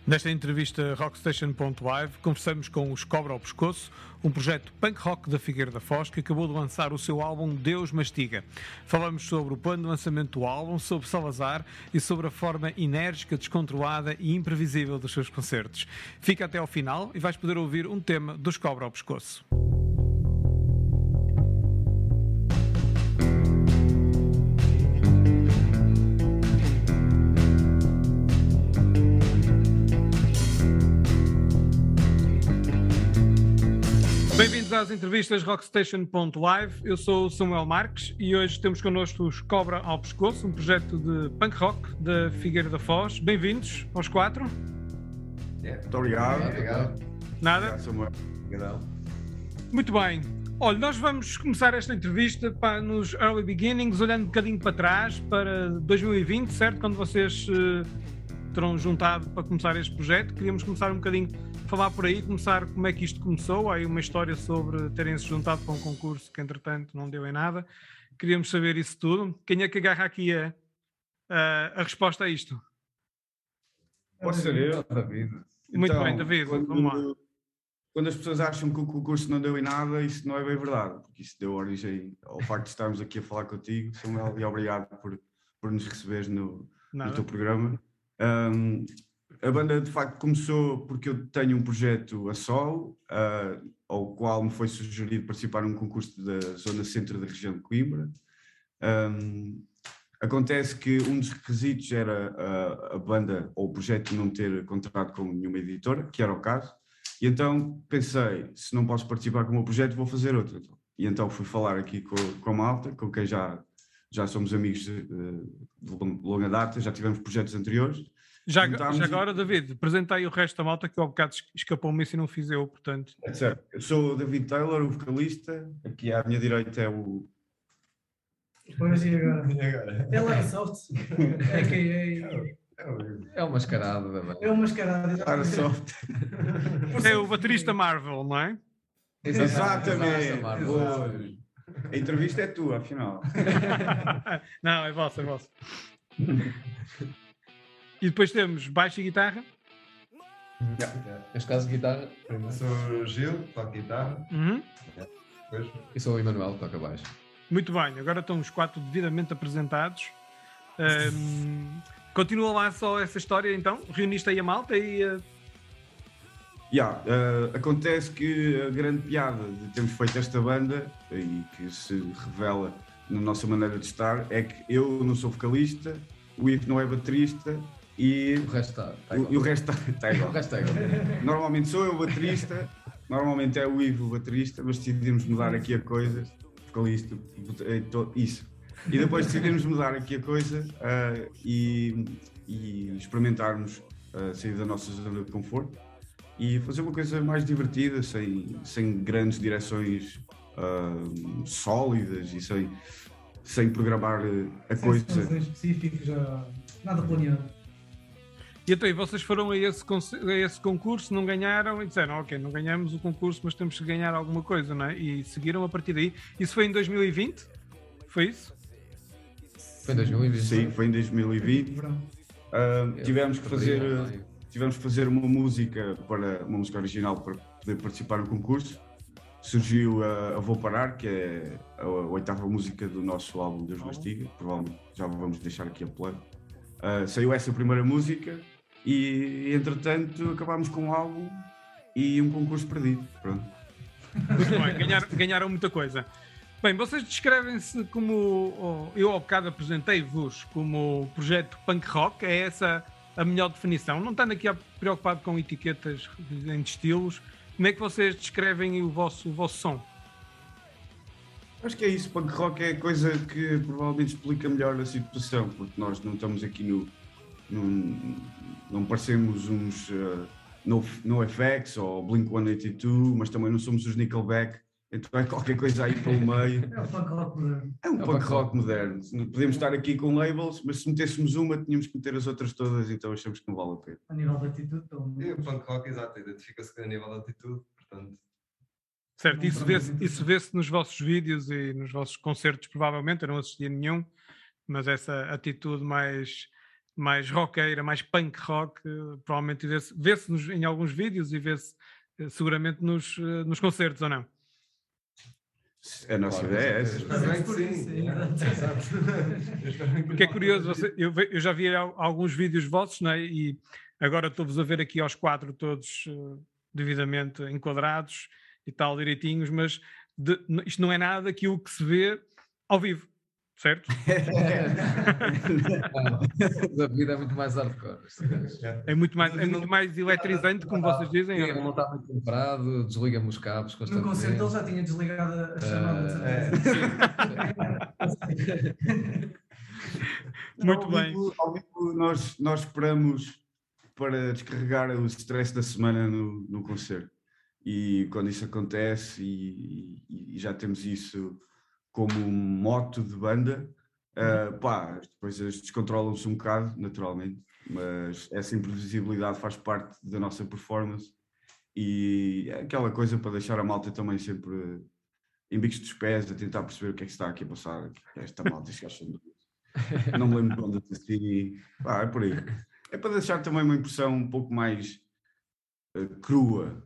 Nesta entrevista Rockstation.live conversamos com os Cobra ao Pescoço, um projeto punk rock da Figueira da Foz que acabou de lançar o seu álbum Deus Mastiga. Falamos sobre o plano de lançamento do álbum, sobre Salazar e sobre a forma enérgica, descontrolada e imprevisível dos seus concertos. Fica até ao final e vais poder ouvir um tema dos Cobra ao Pescoço. Bem-vindos às entrevistas Rockstation.live. Eu sou o Samuel Marques e hoje temos connosco os Cobra ao Pescoço, um projeto de punk rock da Figueira da Foz. Bem-vindos aos quatro. Muito obrigado. Nada? Obrigado, Samuel. Obrigado. Muito bem. Olha, nós vamos começar esta entrevista nos early beginnings, olhando um bocadinho para trás, para 2020, certo? Quando vocês terão juntado para começar este projeto. Queríamos começar um bocadinho falar por aí, começar como é que isto começou. Há aí uma história sobre terem-se juntado para um concurso que, entretanto, não deu em nada. Queríamos saber isso tudo. Quem é que agarra aqui a resposta a isto? Posso ser eu, David. Muito Então, bem, David, vamos lá. Quando as pessoas acham que o concurso não deu em nada, isso não é bem verdade, porque isso deu origem ao facto de estarmos aqui a falar contigo, Samuel, e obrigado por nos receberes no teu programa. A banda de facto começou porque eu tenho um projeto a solo, ao qual me foi sugerido participar num concurso da zona centro da região de Coimbra. Acontece que um dos requisitos era a banda ou o projeto não ter contrato com nenhuma editora, que era o caso, e então pensei, se não posso participar com o meu projeto, vou fazer outro. E então fui falar aqui com a malta, com quem já somos amigos de longa data, já tivemos projetos anteriores. Já agora, David, apresenta aí o resto da malta que ao bocado escapou-me isso e não fiz eu, portanto. É certo. Eu sou o David Taylor, o vocalista. Aqui à minha direita é o... Pois, e agora? É lá soft. É o mascarado da banda. É o mascarado. Soft. É o baterista Marvel, não é? Exatamente. A entrevista é tua, afinal. Não, é vossa, é vossa. E depois temos baixo e guitarra. Neste caso, guitarra. Sou o Gil, toco guitarra. Depois... E sou o Emanuel, que toca baixo. Muito bem, agora estão os quatro devidamente apresentados. Continua lá só essa história então? Reuniste aí a malta e... Acontece que a grande piada de termos feito esta banda, e que se revela na nossa maneira de estar, é que eu não sou vocalista, o Ivo não é baterista e o resto está igual. O resto está igual. Normalmente sou eu o baterista, normalmente é o Ivo o baterista, mas decidimos mudar aqui a coisa, vocalista, isso. E depois decidimos mudar aqui a coisa e experimentarmos sair da nossa zona de conforto e fazer uma coisa mais divertida, sem grandes direções sólidas e sem programar a coisa. Sem específicos, nada planeado. E então, vocês foram a esse concurso, não ganharam e disseram, ok, não ganhamos o concurso, mas temos que ganhar alguma coisa, não é? E seguiram a partir daí. Isso foi em 2020? Foi isso? Foi em 2020. Sim, foi em 2020. Tivemos que fazer uma música original para poder participar no concurso. Surgiu a Vou Parar, que é a 8ª música do nosso álbum Deus Mastiga. Provavelmente já vamos deixar aqui a plug. Saiu essa primeira música e, entretanto, acabámos com um álbum e um concurso perdido. Pronto. Muito bem, ganharam muita coisa. Bem, vocês descrevem-se como... Eu ao bocado apresentei-vos como projeto punk rock. É essa a melhor definição? Não estando aqui preocupado com etiquetas em estilos, como é que vocês descrevem o vosso som? Acho que é isso, punk rock é a coisa que provavelmente explica melhor a situação, porque nós não estamos aqui não parecemos uns NoFX ou Blink-182, mas também não somos os Nickelback, então é qualquer coisa aí pelo meio. É um punk rock moderno. É um punk rock moderno. Podemos estar aqui com labels, mas se metêssemos uma, tínhamos que meter as outras todas, então achamos que não vale a pena. A nível de atitude, pelo menos. E o punk rock, exato, identifica-se a nível de atitude, portanto... Certo, isso vê-se nos vossos vídeos e nos vossos concertos, provavelmente. Eu não assisti a nenhum, mas essa atitude mais mais rockeira, mais punk rock, provavelmente vê-se em alguns vídeos e vê-se seguramente nos concertos, ou não? A nossa ideia é essa. Espero bem que sim. Exato. Porque é curioso, eu já vi alguns vídeos vossos, né? E agora estou-vos a ver aqui aos 4 todos devidamente enquadrados e tal, direitinhos, mas isto não é nada daquilo que se vê ao vivo, certo? A vida é muito mais hardcore. É muito mais eletrizante, como vocês dizem. Ele não está muito preparado, desliga-me os cabos No constantemente. concerto ele já tinha desligado a chamada. Muito bem. Ao vivo nós esperamos para descarregar o stress da semana no concerto. E quando isso acontece e já temos isso como moto de banda, as coisas descontrolam-se um bocado, naturalmente, mas essa imprevisibilidade faz parte da nossa performance e é aquela coisa para deixar a malta também sempre em bicos dos pés, a tentar perceber o que é que está aqui a passar, esta malta, este gajo não me lembro quando assim, é por aí. É para deixar também uma impressão um pouco mais crua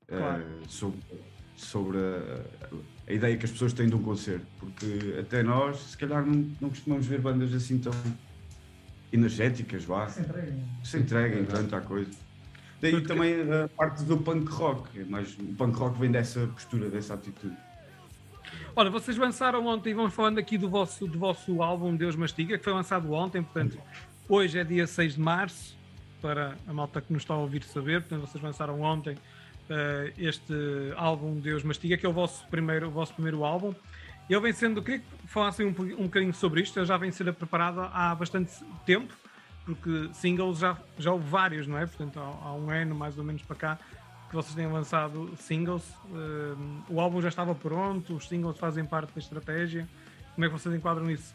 sobre a ideia que as pessoas têm de um concerto, porque até nós, se calhar, não costumamos ver bandas assim tão energéticas, se entreguem tanto à coisa. Daí também a parte do punk rock, mas o punk rock vem dessa postura, dessa atitude. Olha, vocês lançaram ontem, vamos falando aqui do vosso álbum Deus Mastiga, que foi lançado ontem, portanto, hoje é dia 6 de março, para a malta que nos está a ouvir saber, portanto, vocês lançaram ontem este álbum Deus Mastiga, que é o vosso primeiro álbum. Ele vem sendo, queria que falassem um bocadinho sobre isto, ele já vem sendo preparado há bastante tempo, porque singles já houve vários, não é? Portanto, há um ano mais ou menos para cá que vocês têm lançado singles. O álbum já estava pronto, os singles fazem parte da estratégia. Como é que vocês enquadram isso?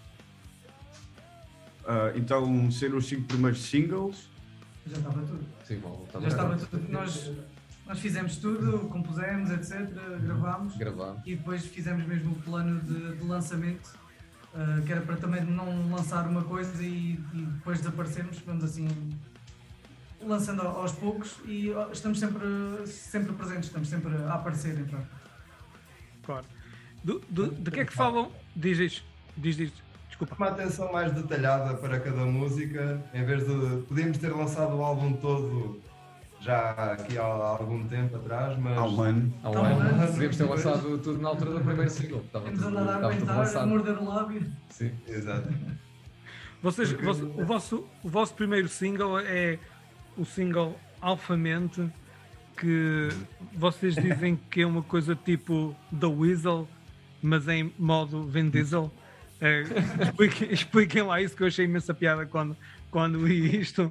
Então, ser os 5 primeiros singles. Já estava tudo. Sim, já estava tudo. Nós fizemos tudo, compusemos, etc. Gravámos. E depois fizemos mesmo o plano de lançamento, que era para também não lançar uma coisa e depois desaparecermos, vamos assim, lançando aos poucos, e estamos sempre presentes, estamos sempre a aparecer, então. Claro. De que é que falam? Diz. Desculpa. Uma atenção mais detalhada para cada música, em vez de... Podíamos ter lançado o álbum todo já aqui há algum tempo atrás, mas... Há um ano. Podíamos ter lançado tudo na altura do primeiro single. Temos andado a aguentar, a morder o lábio. Sim, exato. O vosso primeiro single é o single Alfamente, que vocês dizem que é uma coisa tipo The Weasel, mas em modo Vin Diesel. Expliquem lá isso, que eu achei imensa piada quando li isto.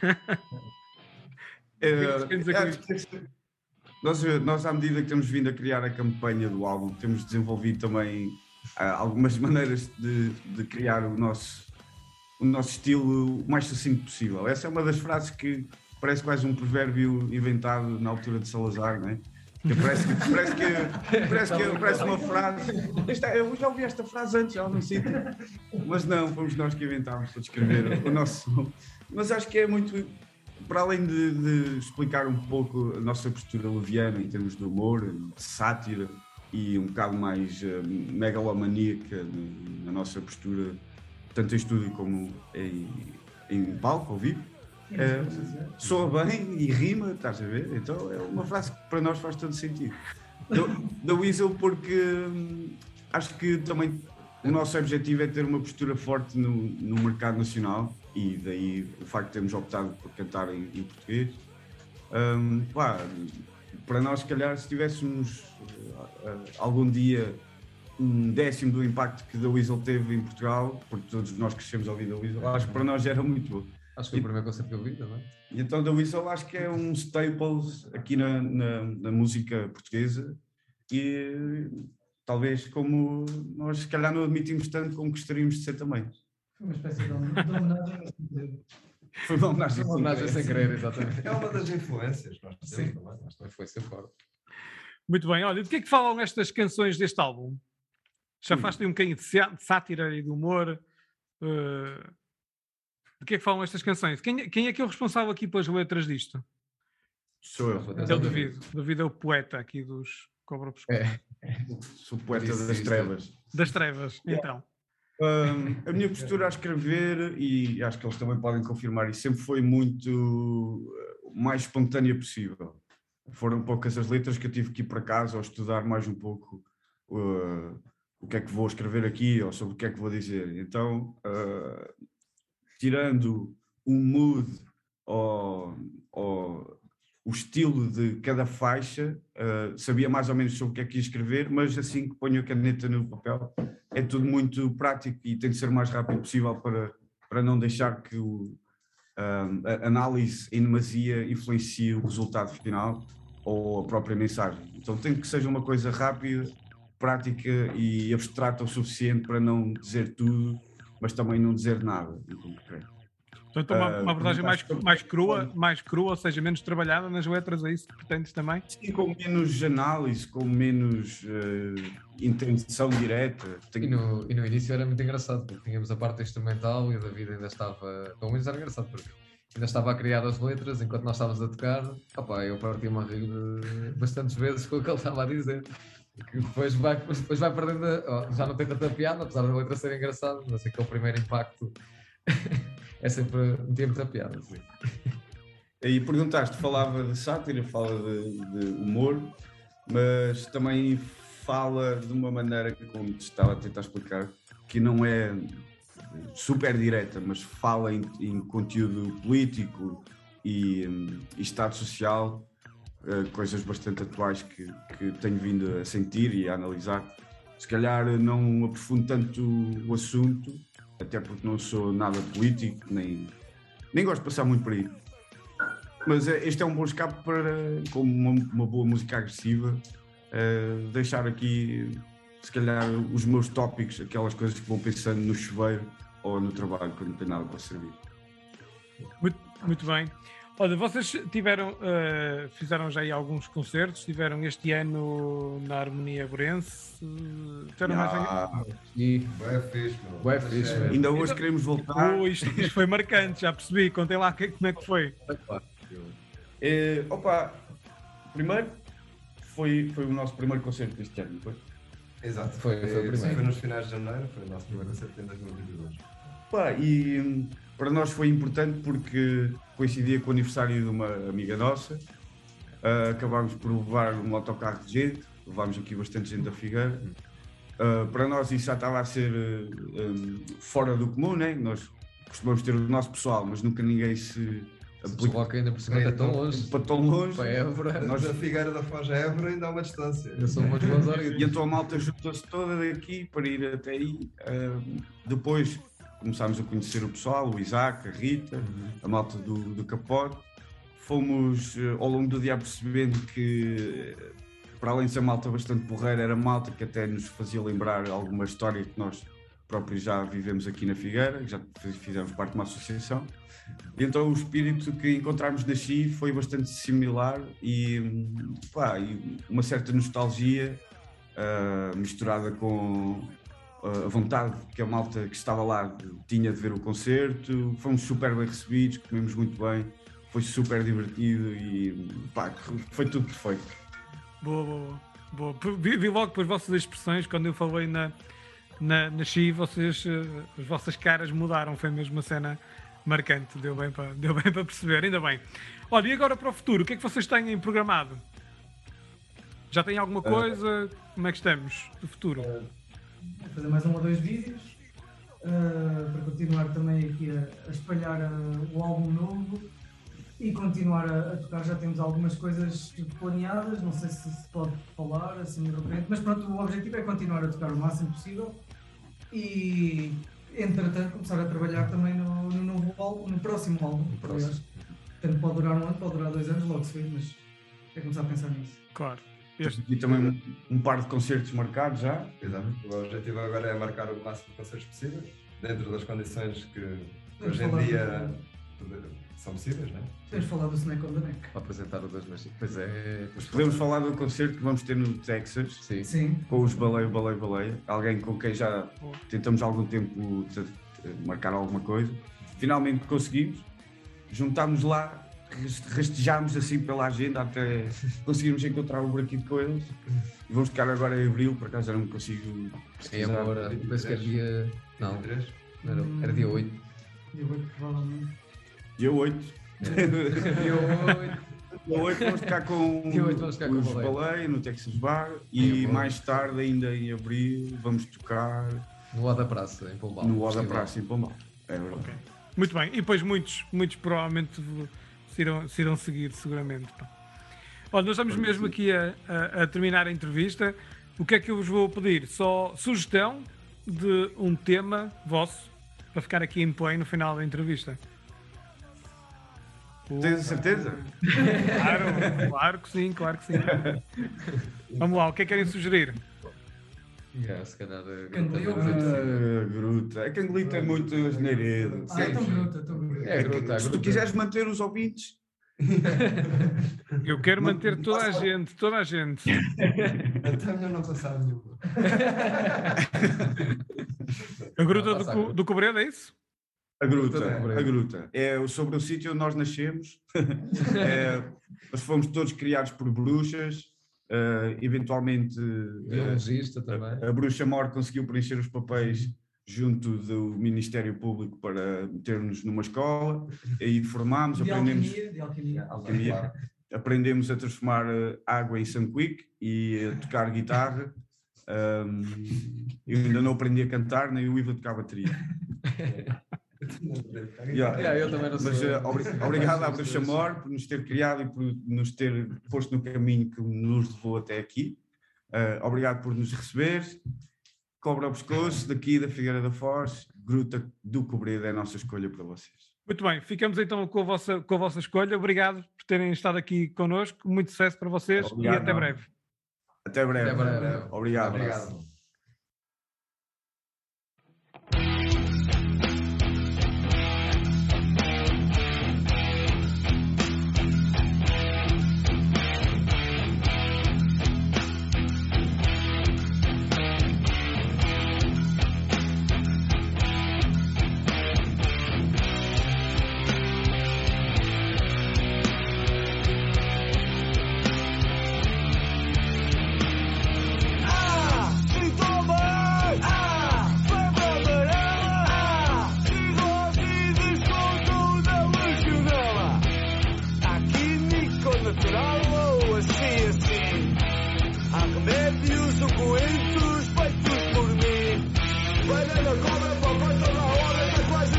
Nós, à medida que temos vindo a criar a campanha do álbum, temos desenvolvido também algumas maneiras de criar o nosso estilo o mais sucinto possível. Essa é uma das frases que parece quase um provérbio inventado na altura de Salazar, não é? Que parece uma frase. Eu já ouvi esta frase antes, já não sei. Mas não, fomos nós que inventámos para descrever o nosso. Mas acho que é muito. Para além de explicar um pouco a nossa postura leviana em termos de humor, de sátira e um bocado mais megalomaníaca na nossa postura, tanto em estúdio como em palco, ao vivo. Soa bem e rima, estás a ver? Então é uma frase que para nós faz todo sentido. Da Weasel, porque acho que também o nosso objetivo é ter uma postura forte no mercado nacional, e daí o facto de termos optado por cantar em português. Para nós, se calhar, se tivéssemos algum dia um décimo do impacto que The Weasel teve em Portugal, porque todos nós crescemos a ouvir The Weasel, acho que para nós era muito bom. Acho que foi o primeiro concerto que eu vi também. E então The Weasel acho que é um staples aqui na música portuguesa, e talvez como nós se calhar não admitimos tanto como gostaríamos de ser também. Foi uma espécie de homenagem. Foi uma homenagem sem querer, exatamente. É uma das influências, nós temos também, mas também foi ser forte. Muito bem, olha, de que é que falam estas canções deste álbum? Já faz um bocadinho de sátira e de humor. De que é que falam estas canções? Quem é que é o responsável aqui pelas letras disto? Sou eu. É o David. O David é o poeta aqui dos Cobra Pescoço. Sou poeta das trevas. Das trevas, então. A minha postura a escrever, e acho que eles também podem confirmar isso, sempre foi muito mais espontânea possível. Foram poucas as letras que eu tive que ir para casa ou estudar mais um pouco o que é que vou escrever aqui ou sobre o que é que vou dizer. Então, tirando o mood ou o estilo de cada faixa, sabia mais ou menos sobre o que é que ia escrever, mas assim que ponho a caneta no papel é tudo muito prático e tem de ser o mais rápido possível para não deixar que a análise em demasia influencie o resultado final ou a própria mensagem. Então tem que ser uma coisa rápida, prática e abstrata o suficiente para não dizer tudo, mas também não dizer nada em concreto. Então uma abordagem mais crua, ou seja, menos trabalhada nas letras, é isso que pretendes também? Sim, com menos análise, com menos intenção direta. E no início era muito engraçado, porque tínhamos a parte instrumental e o David ainda estava, pelo menos era engraçado, porque ainda estava a criar as letras enquanto nós estávamos a tocar. Eu partia-me a rir bastantes vezes com o que ele estava a dizer. Que depois vai perdendo, já não tem tanta piada, apesar da letra ser engraçada, mas aquele primeiro impacto é sempre um tempo da piada. Assim. E perguntaste, falava de sátira, fala de humor, mas também fala de uma maneira, como te estava a tentar explicar, que não é super direta, mas fala em conteúdo político e estado social, coisas bastante atuais que tenho vindo a sentir e a analisar. Se calhar não aprofundo tanto o assunto, até porque não sou nada político, nem gosto de passar muito por aí. Mas este é um bom escape para, como uma boa música agressiva, deixar aqui, se calhar, os meus tópicos, aquelas coisas que vou pensando no chuveiro ou no trabalho, quando não tenho nada para servir. Muito bem. Olha, vocês fizeram já aí alguns concertos, tiveram este ano na Harmonia Borense. Bué fixe. Ainda hoje queremos voltar. Isto foi marcante, já percebi. Contem lá como é que foi. Primeiro foi o nosso primeiro concerto deste ano, não foi? Exato, foi o primeiro. Foi nos finais de janeiro, foi o nosso primeiro concerto em 2022. E para nós foi importante porque coincidia com o aniversário de uma amiga nossa. Acabámos por levar um autocarro de gente, levámos aqui bastante gente da Figueira. Para nós isso já estava a ser fora do comum, né? Nós costumamos ter o nosso pessoal, mas nunca ninguém se coloca ainda por cima tão longe. Para tão longe. Para Évora. Nós da Figueira da Foz a Évora ainda há uma distância. São umas boas horas. E então a malta juntou-se toda daqui para ir até aí. Depois começámos a conhecer o pessoal, o Isaac, a Rita, a malta do Capote. Fomos ao longo do dia percebendo que, para além de ser malta bastante porreira, era malta que até nos fazia lembrar alguma história que nós próprios já vivemos aqui na Figueira, já fizemos parte de uma associação. E então o espírito que encontramos na Xi foi bastante similar e uma certa nostalgia misturada com a vontade que a malta que estava lá tinha de ver o concerto. Fomos super bem recebidos, comemos muito bem, foi super divertido e foi tudo perfeito. Boa. Vi logo pelas vossas expressões quando eu falei na Xi, as vossas caras mudaram, foi mesmo uma cena marcante, deu bem para perceber, ainda bem. Olha, e agora para o futuro, o que é que vocês têm programado? Já têm alguma coisa? Como é que estamos do futuro? Vou fazer mais 1 ou 2 vídeos para continuar também aqui a espalhar o álbum novo e continuar a tocar. Já temos algumas coisas planeadas, não sei se pode falar assim de repente, mas pronto, o objetivo é continuar a tocar o máximo possível e entretanto começar a trabalhar também no novo álbum, no próximo álbum. Aliás, portanto, pode durar 1 ano, pode durar 2 anos, logo se vê, mas é começar a pensar nisso. Claro. E também um par de concertos marcados já. Exato. O objetivo agora é marcar o máximo de concertos possíveis, dentro das condições que hoje em dia são possíveis, não é? Podemos falar do Snack on the Neck. Para apresentar o das Machines. Pois é. Podemos falar do concerto que vamos ter no Texas. Sim. Com os Baleia. Alguém com quem já tentamos há algum tempo marcar alguma coisa. finalmente conseguimos, juntámos lá, rastejámos assim pela agenda até conseguirmos encontrar o buraquinho com eles. E vamos tocar agora em abril, por acaso já não consigo. É agora, penso que é dia. Não, 3? era dia 8. Dia 8, provavelmente. Dia 8. Dia 8. Dia 8 vamos tocar com os Baleia no Texas Bar e mais tarde, ainda em abril, vamos tocar no O da Praça, em Pombal. No O da Praça, em Pombal. É verdade. Okay. Muito bem, e depois muitos provavelmente se irão seguir, seguramente. Olha, nós estamos mesmo aqui a terminar a entrevista. O que é que eu vos vou pedir? Só sugestão de um tema vosso para ficar aqui em play no final da entrevista. Tens a certeza? Claro que sim. Vamos lá, o que é que querem sugerir? Se calhar Gruta. A Candelita é muito asneiredo. Gruta. Se tu quiseres manter os ouvintes. Eu quero manter toda a gente. Até melhor não passar nenhuma. A Gruta do Cobredo, é isso? A Gruta. É sobre o sítio onde nós nascemos. Nós fomos todos criados por bruxas. Eventualmente também. A Bruxa Mor conseguiu preencher os papéis junto do Ministério Público para meter-nos numa escola, aí formámos, alquimia. Aprendemos a transformar água em sanquique e a tocar guitarra. Eu ainda não aprendi a cantar, nem o Ivo a tocar bateria. Eu também não sei. Mas obrigado à Bruxa Mor por nos ter criado e por nos ter posto no caminho que nos levou até aqui. Obrigado por nos receber. Cobra ao pescoço, daqui da Figueira da Foz, Gruta do Cobredo é a nossa escolha para vocês. Muito bem, ficamos então com a vossa escolha. Obrigado por terem estado aqui connosco. Muito sucesso para vocês. Obrigado, e até breve. Até breve. Obrigado.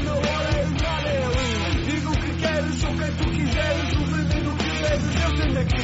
Digo o que queres, ou quem tu quiseres, o veneno que queres, eu tenho aqui.